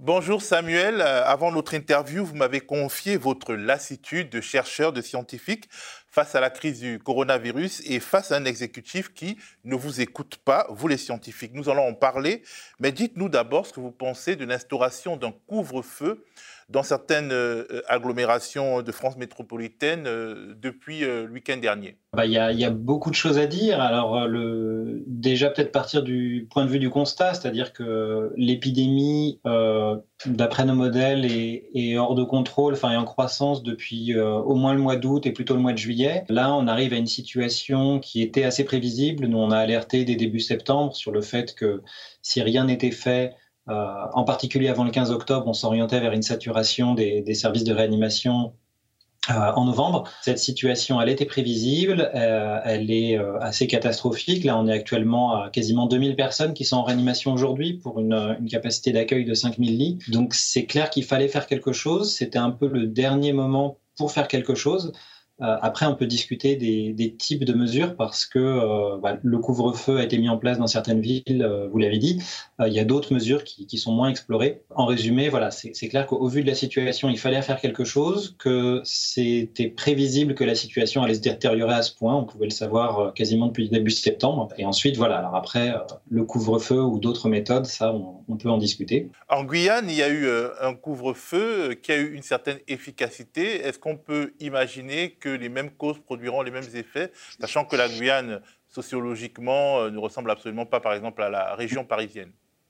Bonjour Samuel, avant notre interview, vous m'avez confié votre lassitude de chercheur, de scientifique face à la crise du coronavirus et face à un exécutif qui ne vous écoute pas, vous les scientifiques. Nous allons en parler, mais dites-nous d'abord ce que vous pensez de l'instauration d'un couvre-feu dans certaines agglomérations de France métropolitaine depuis le week-end dernier. Il y a beaucoup de choses à dire. Alors, déjà peut-être partir du point de vue du constat, c'est-à-dire que l'épidémie, d'après nos modèles, est hors de contrôle, enfin est en croissance depuis au moins le mois d'août et plutôt le mois de juillet. Là, on arrive à une situation qui était assez prévisible. Nous, on a alerté dès début septembre sur le fait que si rien n'était fait, en particulier avant le 15 octobre, on s'orientait vers une saturation des services de réanimation en novembre. Cette situation, elle était prévisible, elle est assez catastrophique. Là, on est actuellement à quasiment 2000 personnes qui sont en réanimation aujourd'hui pour une capacité d'accueil de 5000 lits. Donc, c'est clair qu'il fallait faire quelque chose. C'était un peu le dernier moment pour faire quelque chose. Après, on peut discuter des types de mesures parce que le couvre-feu a été mis en place dans certaines villes, vous l'avez dit. Il y a d'autres mesures qui sont moins explorées. En résumé, voilà, c'est clair qu'au vu de la situation, il fallait faire quelque chose, que c'était prévisible que la situation allait se détériorer à ce point. On pouvait le savoir quasiment depuis début septembre. Et ensuite, voilà. Alors après, le couvre-feu ou d'autres méthodes, ça, on peut en discuter. En Guyane, il y a eu un couvre-feu qui a eu une certaine efficacité. Est-ce qu'on peut imaginer que les mêmes causes produiront les mêmes effets, sachant que la Guyane, sociologiquement, ne ressemble absolument pas, par exemple, à la région parisienne?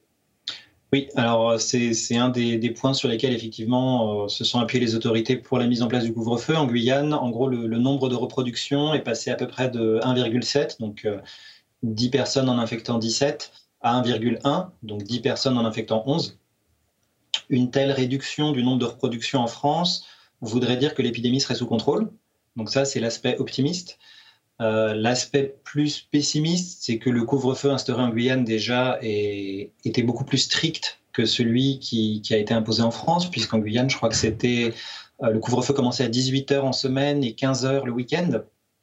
Oui, alors c'est un des points sur lesquels effectivement se sont appuyées les autorités pour la mise en place du couvre-feu. En Guyane, en gros, le nombre de reproductions est passé à peu près de 1,7, donc 10 personnes en infectant 17, à 1,1, donc 10 personnes en infectant 11. Une telle réduction du nombre de reproductions en France voudrait dire que l'épidémie serait sous contrôle. Donc ça, c'est l'aspect optimiste. L'aspect plus pessimiste, c'est que le couvre-feu instauré en Guyane déjà était beaucoup plus strict que celui qui a été imposé en France, puisqu'en Guyane, je crois que c'était le couvre-feu commençait à 18h en semaine et 15h le week-end.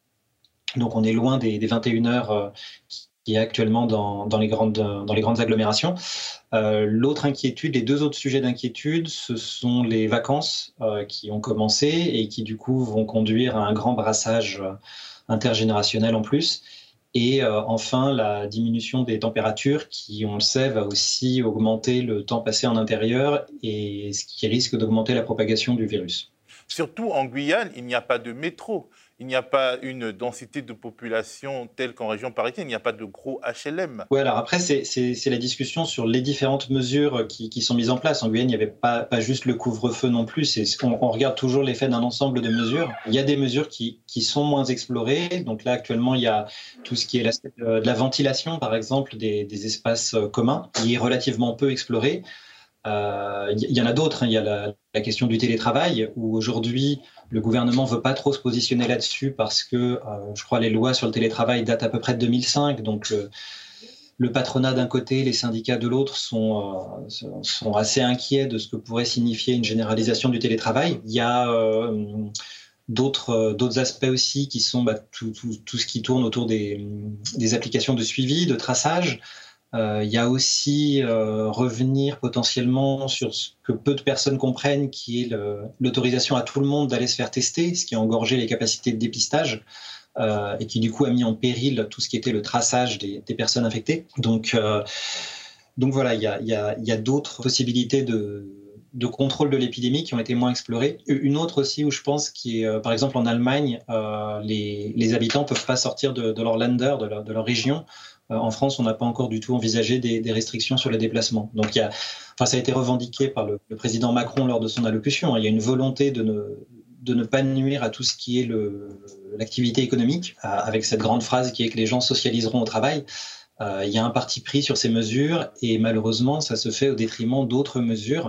Donc on est loin des 21h qui est actuellement dans les grandes agglomérations. L'autre inquiétude, les deux autres sujets d'inquiétude, ce sont les vacances qui ont commencé et qui du coup vont conduire à un grand brassage intergénérationnel en plus. Et enfin, la diminution des températures qui, on le sait, va aussi augmenter le temps passé en intérieur et ce qui risque d'augmenter la propagation du virus. Surtout en Guyane, il n'y a pas de métro. Il n'y a pas une densité de population telle qu'en région parisienne. Il n'y a pas de gros HLM. Oui, alors après, c'est la discussion sur les différentes mesures qui sont mises en place. En Guyane, il n'y avait pas juste le couvre-feu non plus. On regarde toujours l'effet d'un ensemble de mesures. Il y a des mesures qui sont moins explorées. Donc là, actuellement, il y a tout ce qui est l'aspect de la ventilation, par exemple, des espaces communs, qui est relativement peu exploré. Il y en a d'autres. Il y a la question du télétravail, où aujourd'hui, le gouvernement ne veut pas trop se positionner là-dessus parce que, je crois, les lois sur le télétravail datent à peu près de 2005. Donc, le patronat d'un côté, les syndicats de l'autre sont assez inquiets de ce que pourrait signifier une généralisation du télétravail. Il y a d'autres aspects aussi qui sont tout ce qui tourne autour des applications de suivi, de traçage. Il y a aussi revenir potentiellement sur ce que peu de personnes comprennent, qui est l'autorisation à tout le monde d'aller se faire tester, ce qui a engorgé les capacités de dépistage et qui du coup a mis en péril tout ce qui était le traçage des personnes infectées. Donc voilà, il y a d'autres possibilités de contrôle de l'épidémie qui ont été moins explorées. Une autre aussi où je pense qui est, par exemple en Allemagne, les habitants ne peuvent pas sortir de leur Länder, de leur région. En France, on n'a pas encore du tout envisagé des restrictions sur les déplacements. Donc, ça a été revendiqué par le président Macron lors de son allocution. Il y a une volonté de ne pas nuire à tout ce qui est l'activité économique, avec cette grande phrase qui est que les gens socialiseront au travail. Il y a un parti pris sur ces mesures et malheureusement, ça se fait au détriment d'autres mesures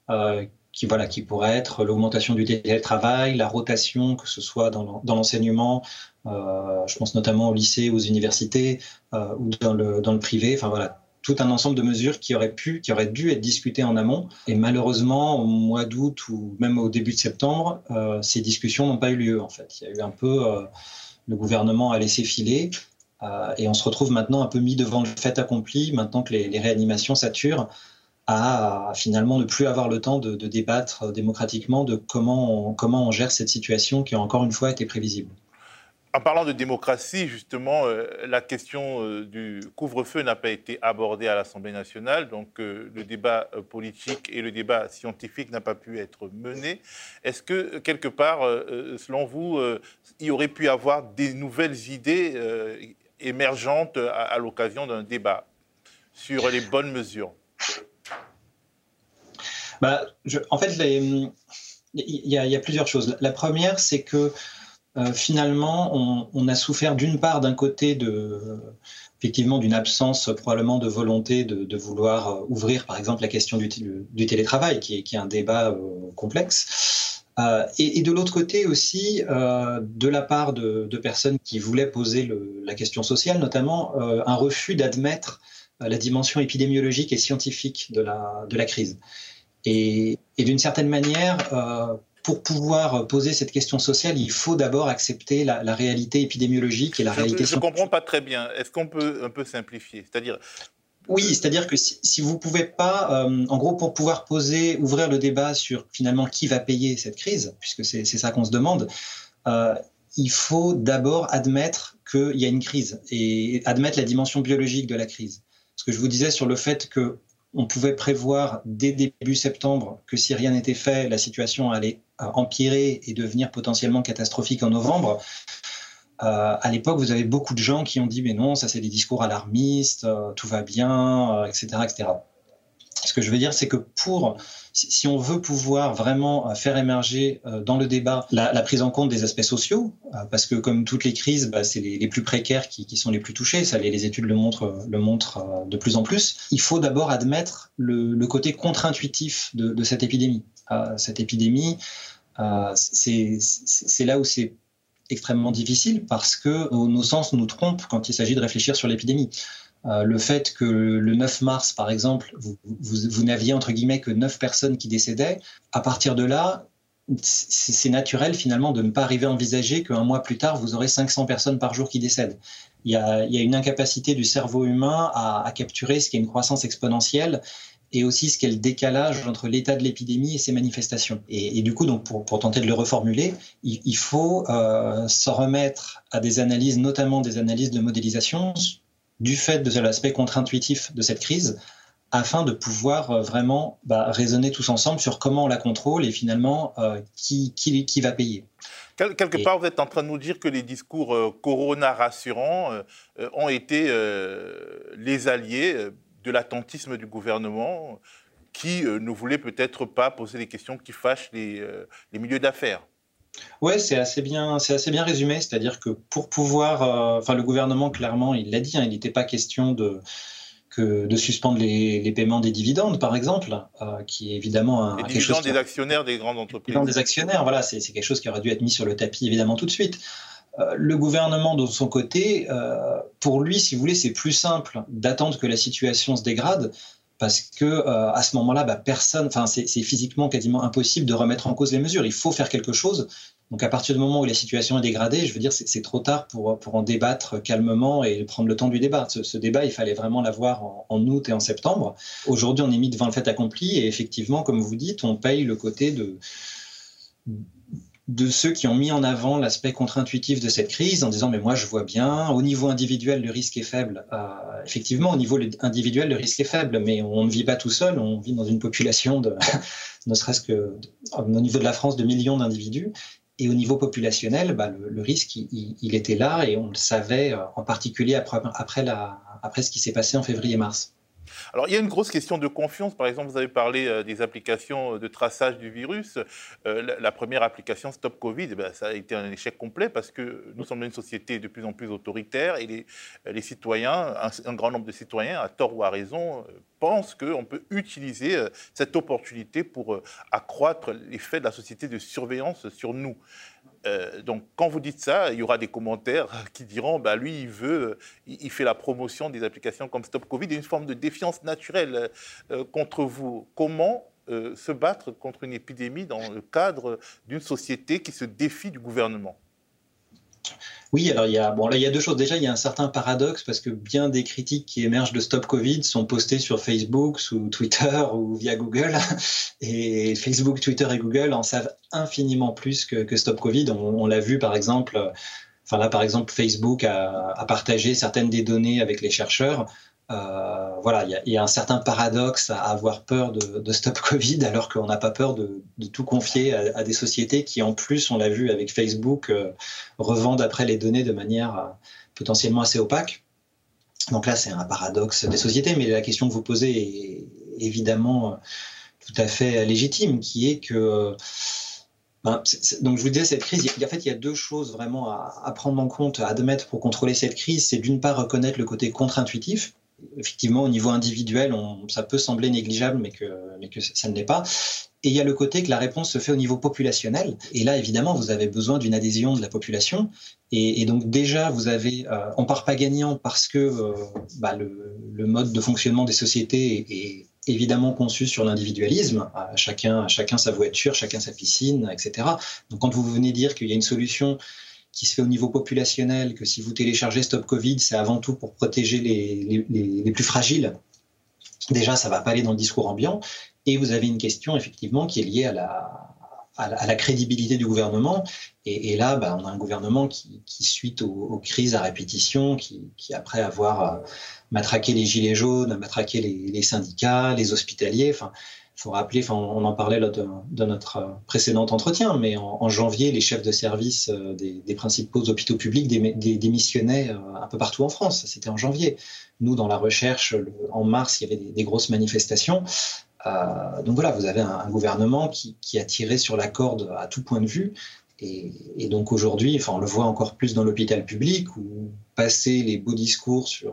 qui pourraient être l'augmentation du télétravail, la rotation, que ce soit dans l'enseignement, je pense notamment au lycée, aux universités ou dans le privé. Enfin voilà, tout un ensemble de mesures qui auraient dû être discutées en amont. Et malheureusement, au mois d'août ou même au début de septembre, ces discussions n'ont pas eu lieu en fait. Il y a eu un peu, le gouvernement a laissé filer. Et on se retrouve maintenant un peu mis devant le fait accompli, maintenant que les réanimations saturent, à finalement ne plus avoir le temps de débattre démocratiquement de comment on gère cette situation qui, encore une fois, été prévisible. En parlant de démocratie, justement, la question du couvre-feu n'a pas été abordée à l'Assemblée nationale, donc le débat politique et le débat scientifique n'a pas pu être mené. Est-ce que, quelque part, selon vous, il y aurait pu avoir des nouvelles idées émergentes à l'occasion d'un débat sur les bonnes mesures? En fait, il y a plusieurs choses. La première, c'est que finalement, on a souffert d'une part, d'un côté, effectivement, d'une absence probablement de volonté de vouloir ouvrir, par exemple, la question du télétravail, qui est un débat complexe. Et de l'autre côté aussi, de la part de personnes qui voulaient poser la question sociale, notamment, un refus d'admettre la dimension épidémiologique et scientifique de la crise. Et d'une certaine manière, pour pouvoir poser cette question sociale, il faut d'abord accepter la réalité épidémiologique et la réalité scientifique. Je ne comprends pas très bien. Est-ce qu'on peut un peu simplifier? C'est-à-dire... Oui, c'est-à-dire que si vous ne pouvez pas, en gros, pour pouvoir ouvrir le débat sur finalement qui va payer cette crise, puisque c'est ça qu'on se demande, il faut d'abord admettre qu'il y a une crise et admettre la dimension biologique de la crise. Ce que je vous disais sur le fait qu'on pouvait prévoir dès début septembre que si rien n'était fait, la situation allait empirer et devenir potentiellement catastrophique en novembre. À l'époque, vous avez beaucoup de gens qui ont dit « mais non, ça c'est des discours alarmistes, tout va bien, etc., etc. » Ce que je veux dire, c'est que si on veut pouvoir vraiment faire émerger dans le débat la prise en compte des aspects sociaux, parce que comme toutes les crises, c'est les plus précaires qui sont les plus touchés, ça, les études le montrent de plus en plus, il faut d'abord admettre le côté contre-intuitif de cette épidémie. Cette épidémie, c'est là où c'est extrêmement difficile parce que nos sens nous trompent quand il s'agit de réfléchir sur l'épidémie. Le fait que le 9 mars, par exemple, vous n'aviez entre guillemets que 9 personnes qui décédaient, à partir de là, c'est naturel finalement de ne pas arriver à envisager qu'un mois plus tard, vous aurez 500 personnes par jour qui décèdent. Il y a une incapacité du cerveau humain à capturer ce qui est une croissance exponentielle et aussi ce qu'est le décalage entre l'état de l'épidémie et ses manifestations. Et du coup, donc pour tenter de le reformuler, il faut s'en remettre à des analyses, notamment des analyses de modélisation, du fait de l'aspect contre-intuitif de cette crise, afin de pouvoir vraiment raisonner tous ensemble sur comment on la contrôle et finalement qui va payer. Quelque part, vous êtes en train de nous dire que les discours corona rassurants ont été les alliés de l'attentisme du gouvernement qui ne voulait peut-être pas poser des questions qui fâchent les milieux d'affaires. Oui, c'est assez bien résumé, c'est-à-dire que pour pouvoir, le gouvernement clairement, il l'a dit, il n'était pas question de suspendre les paiements des dividendes, par exemple, qui est évidemment les dividendes des actionnaires des grandes entreprises. Les dividendes des actionnaires, voilà, c'est quelque chose qui aurait dû être mis sur le tapis évidemment tout de suite. Le gouvernement, de son côté, pour lui, si vous voulez, c'est plus simple d'attendre que la situation se dégrade, parce que à ce moment-là, c'est physiquement quasiment impossible de remettre en cause les mesures. Il faut faire quelque chose. Donc à partir du moment où la situation est dégradée, je veux dire, c'est trop tard pour en débattre calmement et prendre le temps du débat. Ce débat, il fallait vraiment l'avoir en août et en septembre. Aujourd'hui, on est mis devant le fait accompli et effectivement, comme vous dites, on paye le côté de ceux qui ont mis en avant l'aspect contre-intuitif de cette crise en disant « mais moi je vois bien, au niveau individuel le risque est faible ». Effectivement, au niveau individuel le risque est faible, mais on ne vit pas tout seul, on vit dans une population ne serait-ce qu'au niveau de la France, de millions d'individus. Et au niveau populationnel, le risque, il était là et on le savait, en particulier après ce qui s'est passé en février-mars. Alors, il y a une grosse question de confiance. Par exemple, vous avez parlé des applications de traçage du virus. La première application Stop Covid, ça a été un échec complet parce que nous sommes dans une société de plus en plus autoritaire et les citoyens, un grand nombre de citoyens, à tort ou à raison, pensent qu'on peut utiliser cette opportunité pour accroître l'effet de la société de surveillance sur nous. Donc, quand vous dites ça, il y aura des commentaires qui diront lui, il fait la promotion des applications comme Stop Covid et une forme de défiance naturelle contre vous. Comment se battre contre une épidémie dans le cadre d'une société qui se défie du gouvernement ? Oui, alors il y a deux choses. Déjà, il y a un certain paradoxe parce que bien des critiques qui émergent de Stop Covid sont postées sur Facebook, sous Twitter ou via Google. Et Facebook, Twitter et Google en savent infiniment plus que Stop Covid. On l'a vu par exemple. Enfin là, par exemple, Facebook a partagé certaines des données avec les chercheurs. Voilà, il y a un certain paradoxe à avoir peur de Stop Covid alors qu'on n'a pas peur de tout confier à des sociétés qui, en plus, on l'a vu avec Facebook, revendent après les données de manière potentiellement assez opaque. Donc là, c'est un paradoxe des sociétés, mais la question que vous posez est évidemment tout à fait légitime, qui est que... donc je vous disais, cette crise, en fait, il y a deux choses vraiment à prendre en compte, à admettre pour contrôler cette crise. C'est d'une part reconnaître le côté contre-intuitif. Effectivement, au niveau individuel, ça peut sembler négligeable, mais que ça ne l'est pas. Et il y a le côté que la réponse se fait au niveau populationnel. Et là, évidemment, vous avez besoin d'une adhésion de la population. Et donc déjà, on part pas gagnant parce que le mode de fonctionnement des sociétés est évidemment conçu sur l'individualisme. Chacun sa voiture, chacun sa piscine, etc. Donc quand vous venez dire qu'il y a une solution qui se fait au niveau populationnel, que si vous téléchargez Stop Covid, c'est avant tout pour protéger les plus fragiles. Déjà, ça ne va pas aller dans le discours ambiant. Et vous avez une question, effectivement, qui est liée à la crédibilité du gouvernement. Et là, on a un gouvernement qui suite aux crises à répétition, qui après avoir matraqué les gilets jaunes, a matraqué les syndicats, les hospitaliers, il faut rappeler, on en parlait lors de notre précédent entretien, mais en janvier, les chefs de service des principaux hôpitaux publics démissionnaient un peu partout en France. C'était en janvier. Nous, dans la recherche, en mars, il y avait des grosses manifestations. Donc voilà, vous avez un gouvernement qui a tiré sur la corde à tout point de vue. Et donc aujourd'hui, on le voit encore plus dans l'hôpital public, où passer les beaux discours sur...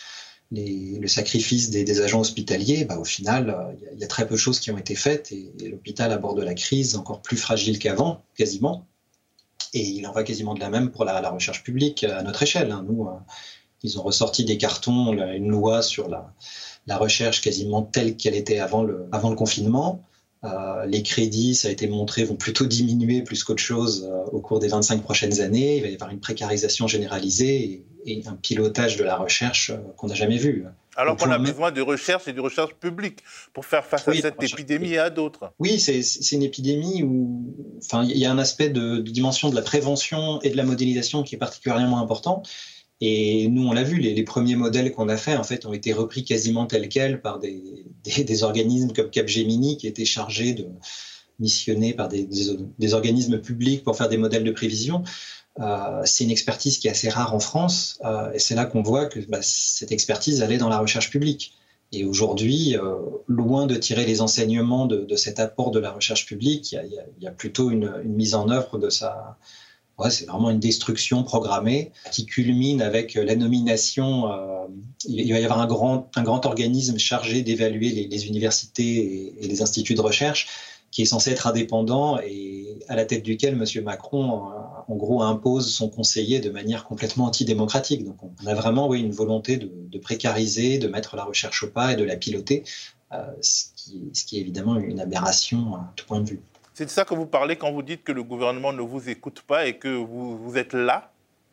le sacrifice des agents hospitaliers, au final, il y a très peu de choses qui ont été faites et l'hôpital aborde la crise encore plus fragile qu'avant, quasiment. Et il en va quasiment de la même pour la recherche publique à notre échelle. Nous, ils ont ressorti des cartons, une loi sur la recherche quasiment telle qu'elle était avant le confinement. Les crédits, ça a été montré, vont plutôt diminuer plus qu'autre chose au cours des 25 prochaines années. Il va y avoir une précarisation généralisée et un pilotage de la recherche qu'on n'a jamais vu. Alors qu'on a besoin de recherche et de recherche publique pour faire face à cette épidémie et à d'autres. Oui, c'est une épidémie où il y a un aspect de dimension de la prévention et de la modélisation qui est particulièrement important. Et nous, on l'a vu, les premiers modèles qu'on a faits, en fait, ont été repris quasiment tels quels par des organismes comme Capgemini qui étaient chargés de missionner par des organismes publics pour faire des modèles de prévision. C'est une expertise qui est assez rare en France, et c'est là qu'on voit que cette expertise allait dans la recherche publique. Et aujourd'hui, loin de tirer les enseignements de cet apport de la recherche publique, il y a plutôt une mise en œuvre de ça. Ouais, c'est vraiment une destruction programmée qui culmine avec la nomination. Il va y avoir un grand organisme chargé d'évaluer les universités et les instituts de recherche qui est censé être indépendant et à la tête duquel M. Macron, en gros, impose son conseiller de manière complètement antidémocratique. Donc on a vraiment une volonté de précariser, de mettre la recherche au pas et de la piloter, ce qui est évidemment une aberration à tout point de vue. C'est de ça que vous parlez quand vous dites que le gouvernement ne vous écoute pas et que vous êtes là?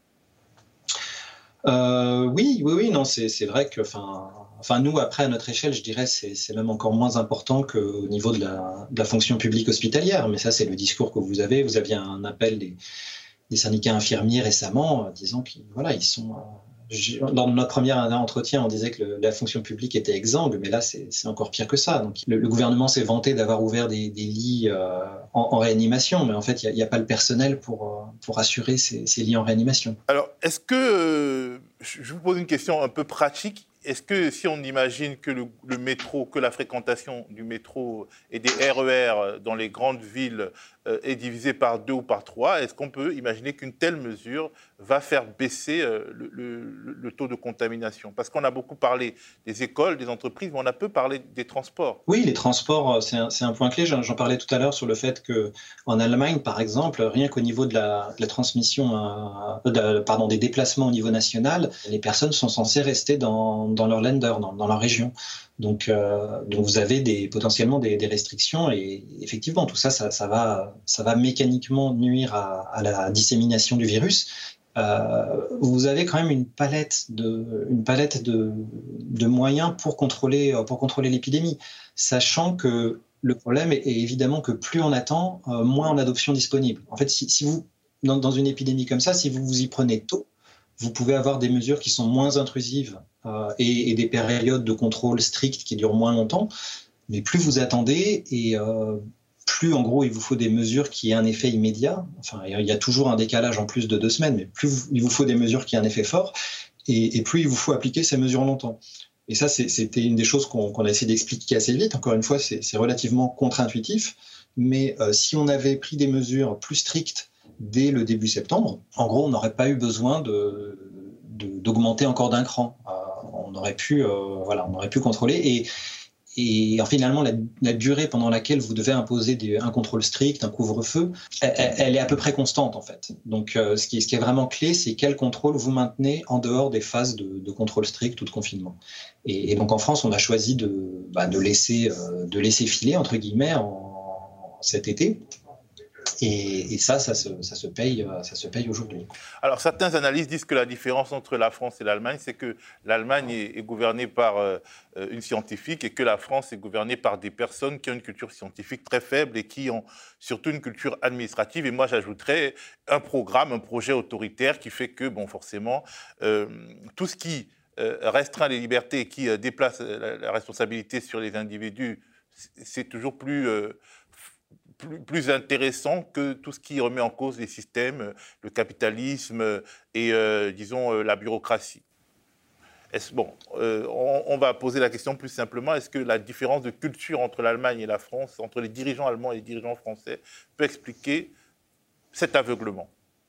Oui, non, c'est vrai que, nous, après, à notre échelle, je dirais, c'est même encore moins important qu'au niveau de la fonction publique hospitalière. Mais ça, c'est le discours que vous avez. Vous aviez un appel des syndicats infirmiers récemment, disant qu'ils sont... Dans notre premier entretien, on disait que la fonction publique était exsangue, mais là, c'est encore pire que ça. Donc, le gouvernement s'est vanté d'avoir ouvert des lits en réanimation, mais en fait, il n'y a pas le personnel pour assurer ces lits en réanimation. Alors, est-ce que, je vous pose une question un peu pratique, est-ce que si on imagine que le métro, que la fréquentation du métro et des RER dans les grandes villes est divisée par 2 ou par 3, est-ce qu'on peut imaginer qu'une telle mesure va faire baisser le taux de contamination? Parce qu'on a beaucoup parlé des écoles, des entreprises, mais on a peu parlé des transports. Oui, les transports, c'est un point clé. J'en parlais tout à l'heure sur le fait qu'en Allemagne, par exemple, rien qu'au niveau de la transmission, des déplacements au niveau national, les personnes sont censées rester dans leur Länder, dans leur région. Donc vous avez potentiellement des restrictions et effectivement, tout ça va mécaniquement nuire à la dissémination du virus. vous avez quand même une palette de moyens pour contrôler l'épidémie, sachant que le problème est évidemment que plus on attend, moins on a d'options disponibles. En fait, si vous, dans une épidémie comme ça, si vous vous y prenez tôt, vous pouvez avoir des mesures qui sont moins intrusives et des périodes de contrôle strictes qui durent moins longtemps. Mais plus vous attendez et plus, en gros, il vous faut des mesures qui aient un effet immédiat. Enfin, il y a toujours un décalage en plus de 2 semaines, mais plus il vous faut des mesures qui aient un effet fort et plus il vous faut appliquer ces mesures longtemps. Et ça, c'était une des choses qu'on a essayé d'expliquer assez vite. Encore une fois, c'est relativement contre-intuitif. Mais si on avait pris des mesures plus strictes dès le début septembre, en gros, on n'aurait pas eu besoin d'augmenter encore d'un cran. On aurait pu contrôler. Et finalement, la durée pendant laquelle vous devez imposer un contrôle strict, un couvre-feu, elle est à peu près constante en fait. Donc ce qui est vraiment clé, c'est quel contrôle vous maintenez en dehors des phases de contrôle strict ou de confinement. Et donc en France, on a choisi de laisser filer, entre guillemets, cet été. Et ça se paye aujourd'hui. Alors, certains analystes disent que la différence entre la France et l'Allemagne, c'est que l'Allemagne est gouvernée par une scientifique et que la France est gouvernée par des personnes qui ont une culture scientifique très faible et qui ont surtout une culture administrative. Et moi, j'ajouterais un projet autoritaire qui fait que, bon, forcément, tout ce qui restreint les libertés et qui déplace la responsabilité sur les individus, c'est toujours plus intéressant que tout ce qui remet en cause les systèmes, le capitalisme et, disons, la bureaucratie. On va poser la question plus simplement, est-ce que la différence de culture entre l'Allemagne et la France, entre les dirigeants allemands et les dirigeants français, peut expliquer cet aveuglement ?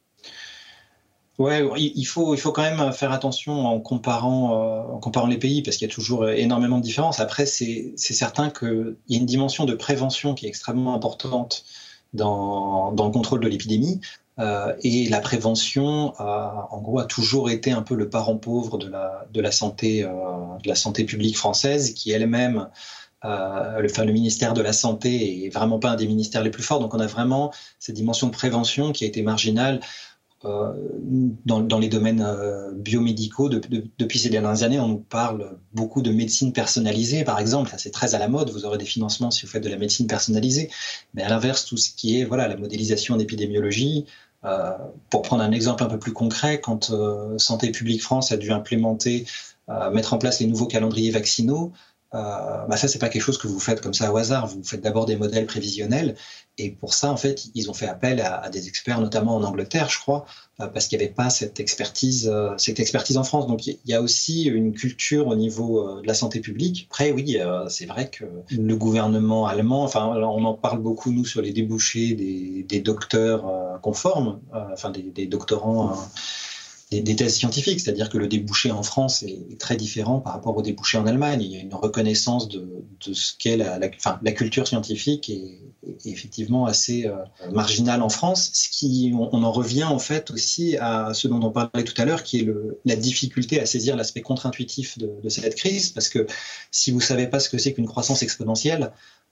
Ouais, il faut quand même faire attention en comparant les pays, parce qu'il y a toujours énormément de différences. Après, c'est certain qu'il y a une dimension de prévention qui est extrêmement importante dans le contrôle de l'épidémie. Et la prévention, en gros, a toujours été un peu le parent pauvre de la santé publique française, qui elle-même, le ministère de la Santé est vraiment pas un des ministères les plus forts. Donc on a vraiment cette dimension de prévention qui a été marginale dans les domaines biomédicaux. Depuis ces dernières années, on nous parle beaucoup de médecine personnalisée, par exemple. Ça, c'est très à la mode. Vous aurez des financements si vous faites de la médecine personnalisée. Mais à l'inverse, tout ce qui est la modélisation d'épidémiologie, pour prendre un exemple un peu plus concret, quand Santé publique France a dû mettre en place les nouveaux calendriers vaccinaux, ça, c'est pas quelque chose que vous faites comme ça au hasard. Vous faites d'abord des modèles prévisionnels. Et pour ça, en fait, ils ont fait appel à des experts, notamment en Angleterre, je crois, parce qu'il n'y avait pas cette expertise en France. Donc, il y a aussi une culture au niveau de la santé publique. Après, oui, c'est vrai que le gouvernement allemand, on en parle beaucoup, nous, sur les débouchés des docteurs qu'on forme, des doctorants des thèses scientifiques, c'est-à-dire que le débouché en France est très différent par rapport au débouché en Allemagne. Il y a une reconnaissance de ce qu'est la culture scientifique est effectivement assez marginale en France, on en revient en fait aussi à ce dont on parlait tout à l'heure, qui est la difficulté à saisir l'aspect contre-intuitif de cette crise, parce que si vous ne savez pas ce que c'est qu'une croissance exponentielle,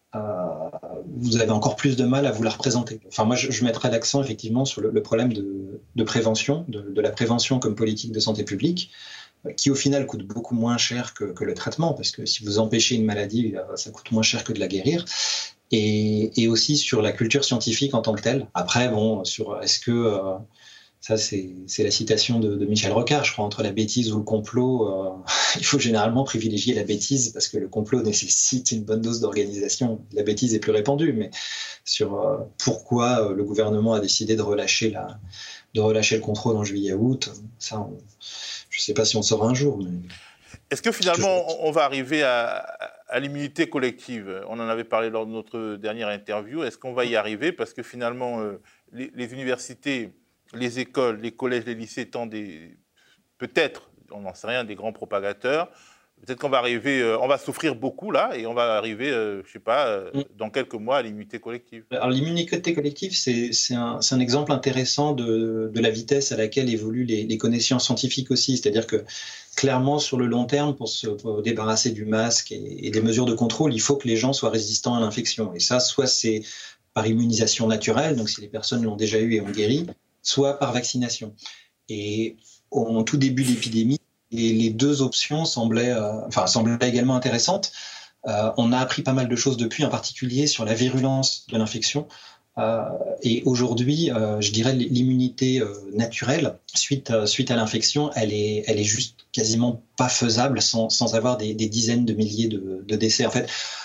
vous avez encore plus de mal à vous la représenter. Moi, je mettrais l'accent effectivement sur le problème de prévention, de la prévention comme politique de santé publique, qui au final coûte beaucoup moins cher que le traitement, parce que si vous empêchez une maladie, ça coûte moins cher que de la guérir. Et aussi sur la culture scientifique en tant que telle. Après, est-ce que... ça, c'est la citation de Michel Rocard, je crois, entre la bêtise ou le complot, il faut généralement privilégier la bêtise, parce que le complot nécessite une bonne dose d'organisation. La bêtise est plus répandue, mais sur pourquoi le gouvernement a décidé de relâcher le contrôle en juillet-août, ça, je ne sais pas si on saura un jour. Mais... Est-ce que finalement, on va arriver à l'immunité collective ? On en avait parlé lors de notre dernière interview. Est-ce qu'on va y arriver ? Parce que finalement, les universités, les écoles, les collèges, les lycées étant peut-être, on n'en sait rien, des grands propagateurs, peut-être qu'on va arriver, on va souffrir beaucoup là, et on va arriver, dans quelques mois à l'immunité collective. Alors l'immunité collective, c'est un exemple intéressant de la vitesse à laquelle évoluent les connaissances scientifiques aussi. C'est-à-dire que clairement, sur le long terme, pour se débarrasser du masque et des mesures de contrôle, il faut que les gens soient résistants à l'infection. Et ça, soit c'est par immunisation naturelle, donc si les personnes l'ont déjà eu et ont guéri, soit par vaccination. Et au tout début de l'épidémie, et les deux options semblaient également intéressantes. On a appris pas mal de choses depuis, en particulier sur la virulence de l'infection. Et aujourd'hui, je dirais l'immunité naturelle suite à l'infection, elle est juste quasiment pas faisable sans avoir des dizaines de milliers de décès. En fait,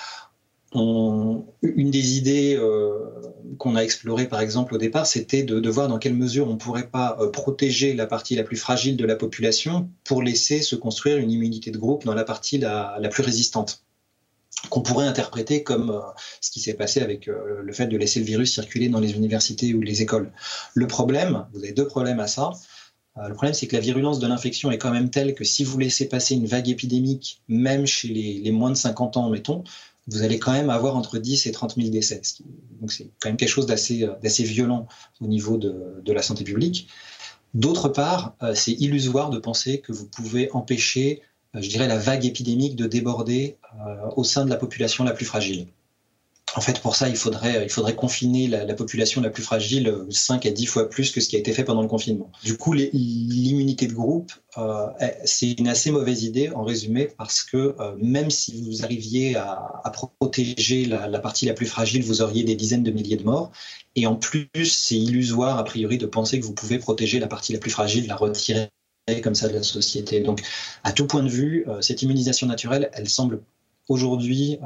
une des idées qu'on a explorées, par exemple, au départ, c'était de voir dans quelle mesure on ne pourrait pas protéger la partie la plus fragile de la population pour laisser se construire une immunité de groupe dans la partie la plus résistante, qu'on pourrait interpréter comme ce qui s'est passé avec le fait de laisser le virus circuler dans les universités ou les écoles. Le problème, vous avez deux problèmes à ça. Le problème, c'est que la virulence de l'infection est quand même telle que si vous laissez passer une vague épidémique, même chez les moins de 50 ans, mettons, vous allez quand même avoir entre 10 et 30 000 décès. Donc c'est quand même quelque chose d'assez violent au niveau de la santé publique. D'autre part, c'est illusoire de penser que vous pouvez empêcher, je dirais, la vague épidémique de déborder au sein de la population la plus fragile. En fait, pour ça, il faudrait confiner la population la plus fragile 5 à 10 fois plus que ce qui a été fait pendant le confinement. Du coup, l'immunité de groupe, c'est une assez mauvaise idée, en résumé, parce que même si vous arriviez à protéger la partie la plus fragile, vous auriez des dizaines de milliers de morts. Et en plus, c'est illusoire, a priori, de penser que vous pouvez protéger la partie la plus fragile, la retirer comme ça de la société. Donc, à tout point de vue, cette immunisation naturelle, elle semble aujourd'hui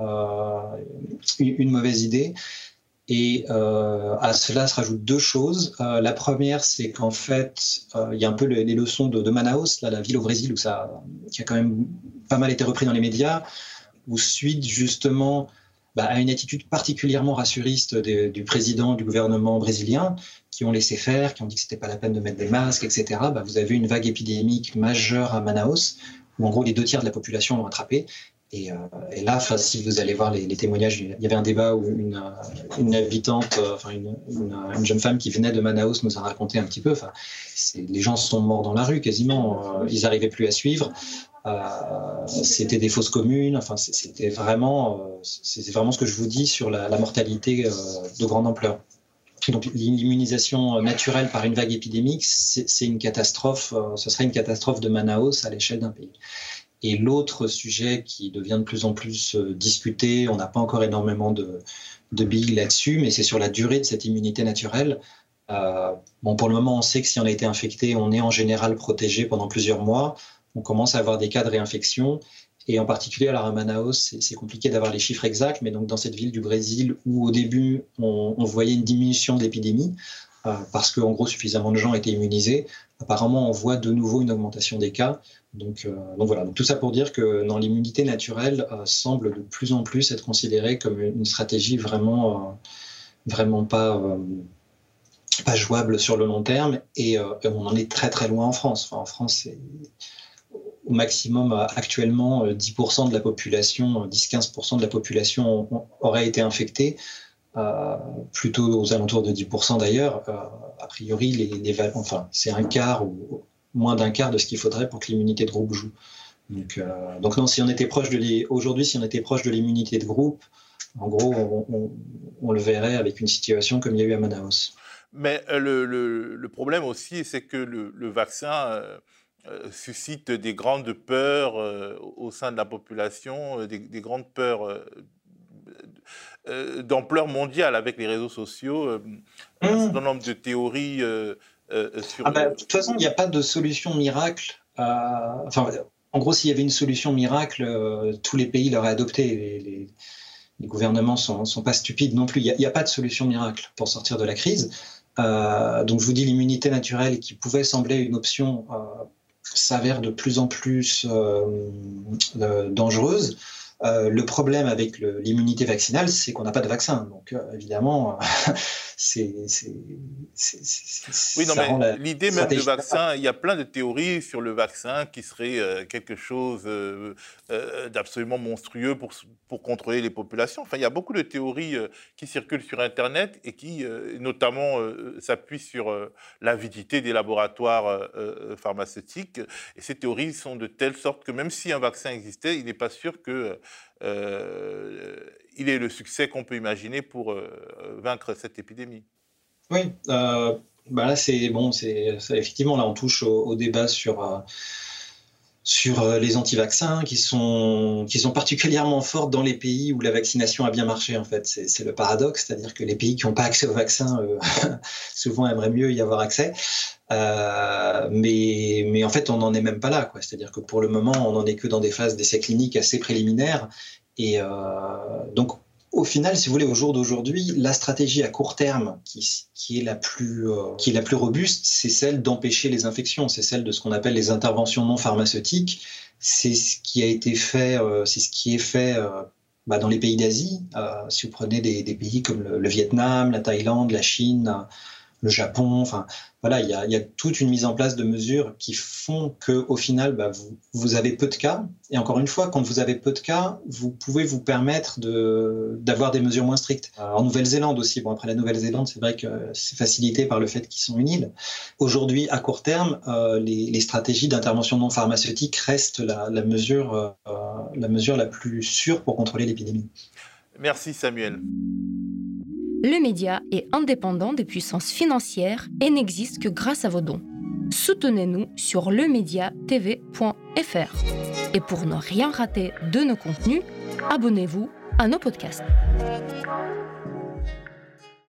une mauvaise idée. Et à cela se rajoutent deux choses. La première, c'est qu'en fait, il y a un peu les leçons de Manaus, là, la ville au Brésil, qui a quand même pas mal été repris dans les médias, où suite justement à une attitude particulièrement rassuriste du président du gouvernement brésilien, qui ont laissé faire, qui ont dit que c'était pas la peine de mettre des masques, etc. Vous avez une vague épidémique majeure à Manaus, où en gros les 2/3 de la population l'ont attrapé. Et là, si vous allez voir les témoignages, il y avait un débat où une habitante, une jeune femme qui venait de Manaus nous a raconté un petit peu. Les gens sont morts dans la rue quasiment. Ils n'arrivaient plus à suivre. C'était des fosses communes. C'était vraiment ce que je vous dis sur la mortalité de grande ampleur. Donc l'immunisation naturelle par une vague épidémique, c'est une catastrophe. Ce serait une catastrophe de Manaus à l'échelle d'un pays. Et l'autre sujet qui devient de plus en plus discuté, on n'a pas encore énormément de billes là-dessus, mais c'est sur la durée de cette immunité naturelle. Pour le moment, on sait que si on a été infecté, on est en général protégé pendant plusieurs mois. On commence à avoir des cas de réinfection. Et en particulier, alors à Manaus, c'est compliqué d'avoir les chiffres exacts, mais donc dans cette ville du Brésil où au début, on voyait une diminution de l'épidémie, parce qu'en gros, suffisamment de gens étaient immunisés. Apparemment, on voit de nouveau une augmentation des cas. Donc voilà. Donc tout ça pour dire que l'immunité naturelle semble de plus en plus être considérée comme une stratégie vraiment pas jouable sur le long terme. Et on en est très très loin en France. En France, c'est au maximum actuellement 10% de la population, 10-15% de la population aurait été infectée. Plutôt aux alentours de 10% d'ailleurs. A priori, c'est un quart ou moins d'un quart de ce qu'il faudrait pour que l'immunité de groupe joue. Donc non, si on était proche aujourd'hui, si on était proche de l'immunité de groupe, en gros, on le verrait avec une situation comme il y a eu à Manaus. Mais le problème aussi, c'est que le vaccin suscite des grandes peurs au sein de la population, des grandes peurs d'ampleur mondiale avec les réseaux sociaux, un certain nombre de théories sur... de toute façon, il n'y a pas de solution miracle. En gros, s'il y avait une solution miracle, tous les pays l'auraient adoptée. Les gouvernements ne sont pas stupides non plus. Il n'y a pas de solution miracle pour sortir de la crise. Donc je vous dis, l'immunité naturelle qui pouvait sembler une option s'avère de plus en plus dangereuse. Le problème avec l'immunité vaccinale, c'est qu'on n'a pas de vaccin. Donc, évidemment, oui, non, mais l'idée même de vaccin, il y a plein de théories sur le vaccin qui serait quelque chose d'absolument monstrueux pour contrôler les populations. Enfin, il y a beaucoup de théories qui circulent sur Internet et qui, notamment, s'appuient sur l'avidité des laboratoires pharmaceutiques. Et ces théories sont de telle sorte que même si un vaccin existait, il n'est pas sûr que il ait le succès qu'on peut imaginer pour vaincre cette épidémie. Oui, Là, effectivement, là, on touche au débat sur les anti-vaccins qui sont particulièrement fortes dans les pays où la vaccination a bien marché, en fait. C'est le paradoxe, c'est-à-dire que les pays qui n'ont pas accès au vaccin, souvent aimeraient mieux y avoir accès. Mais en fait, on n'en est même pas là, quoi. C'est-à-dire que pour le moment, on n'en est que dans des phases d'essais cliniques assez préliminaires. Et donc, au final, si vous voulez, au jour d'aujourd'hui, la stratégie à court terme qui est la plus robuste, c'est celle d'empêcher les infections. C'est celle de ce qu'on appelle les interventions non pharmaceutiques. C'est ce qui a été fait, c'est ce qui est fait dans les pays d'Asie. Si vous prenez des pays comme le Vietnam, la Thaïlande, la Chine, le Japon, enfin voilà, il y a toute une mise en place de mesures qui font que au final, vous avez peu de cas. Et encore une fois, quand vous avez peu de cas, vous pouvez vous permettre d'avoir des mesures moins strictes. En Nouvelle-Zélande aussi, après la Nouvelle-Zélande, c'est vrai que c'est facilité par le fait qu'ils sont une île. Aujourd'hui, à court terme, les stratégies d'intervention non pharmaceutique restent la mesure la plus sûre pour contrôler l'épidémie. Merci Samuel. Le média est indépendant des puissances financières et n'existe que grâce à vos dons. Soutenez-nous sur lemediatv.fr. Et pour ne rien rater de nos contenus, abonnez-vous à nos podcasts.